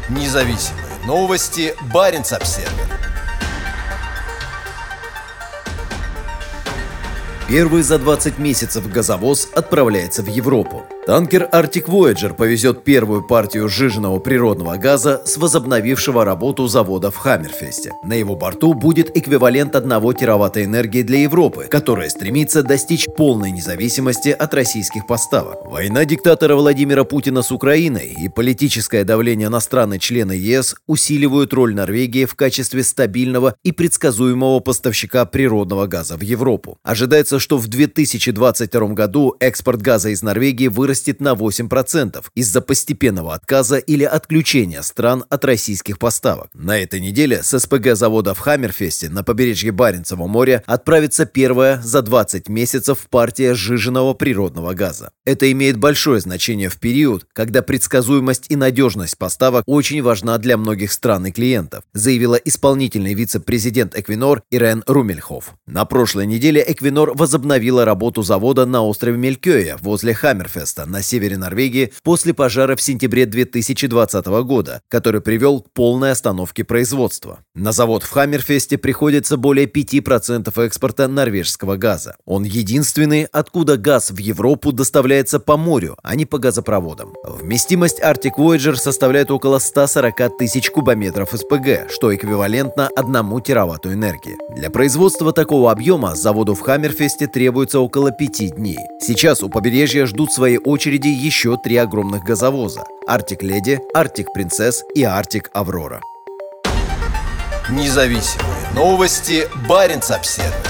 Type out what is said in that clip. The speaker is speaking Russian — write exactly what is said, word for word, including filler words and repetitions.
Независимые новости. Баренц-Обсервер. Первый за двадцать месяцев газовоз отправляется в Европу. Танкер Arctic Voyager повезет первую партию сжиженного природного газа с возобновившего работу завода в Хаммерфесте. На его борту будет эквивалент одного тераватта энергии для Европы, которая стремится достичь полной независимости от российских поставок. Война диктатора Владимира Путина с Украиной и политическое давление на страны-члены ЕС усиливают роль Норвегии в качестве стабильного и предсказуемого поставщика природного газа в Европу. Ожидается, что в две тысячи двадцать втором году экспорт газа из Норвегии вырастет на восемь процентов из-за постепенного отказа или отключения стран от российских поставок. На этой неделе с СПГ завода в Хаммерфесте на побережье Баренцева моря отправится первая за двадцать месяцев партия сжиженного природного газа. Это имеет большое значение в период, когда предсказуемость и надежность поставок очень важна для многих стран и клиентов, заявила исполнительный вице-президент Эквинор Ирен Румельхоф. На прошлой неделе Эквинор возобновила работу завода на острове Мелькёя возле Хаммерфеста на севере Норвегии после пожара в сентябре две тысячи двадцатого года, который привел к полной остановке производства. На завод в Хаммерфесте приходится более пяти процентов экспорта норвежского газа. Он единственный, откуда газ в Европу доставляется по морю, а не по газопроводам. Вместимость Arctic Voyager составляет около ста сорока тысяч кубометров СПГ, что эквивалентно одному тераватту энергии. Для производства такого объема заводу в Хаммерфесте требуется около пяти дней. Сейчас у побережья ждут в своей очереди еще три огромных газовоза – Arctic Lady, Arctic Princess и Arctic Aurora. Независимые новости. Баренц-Обсервер.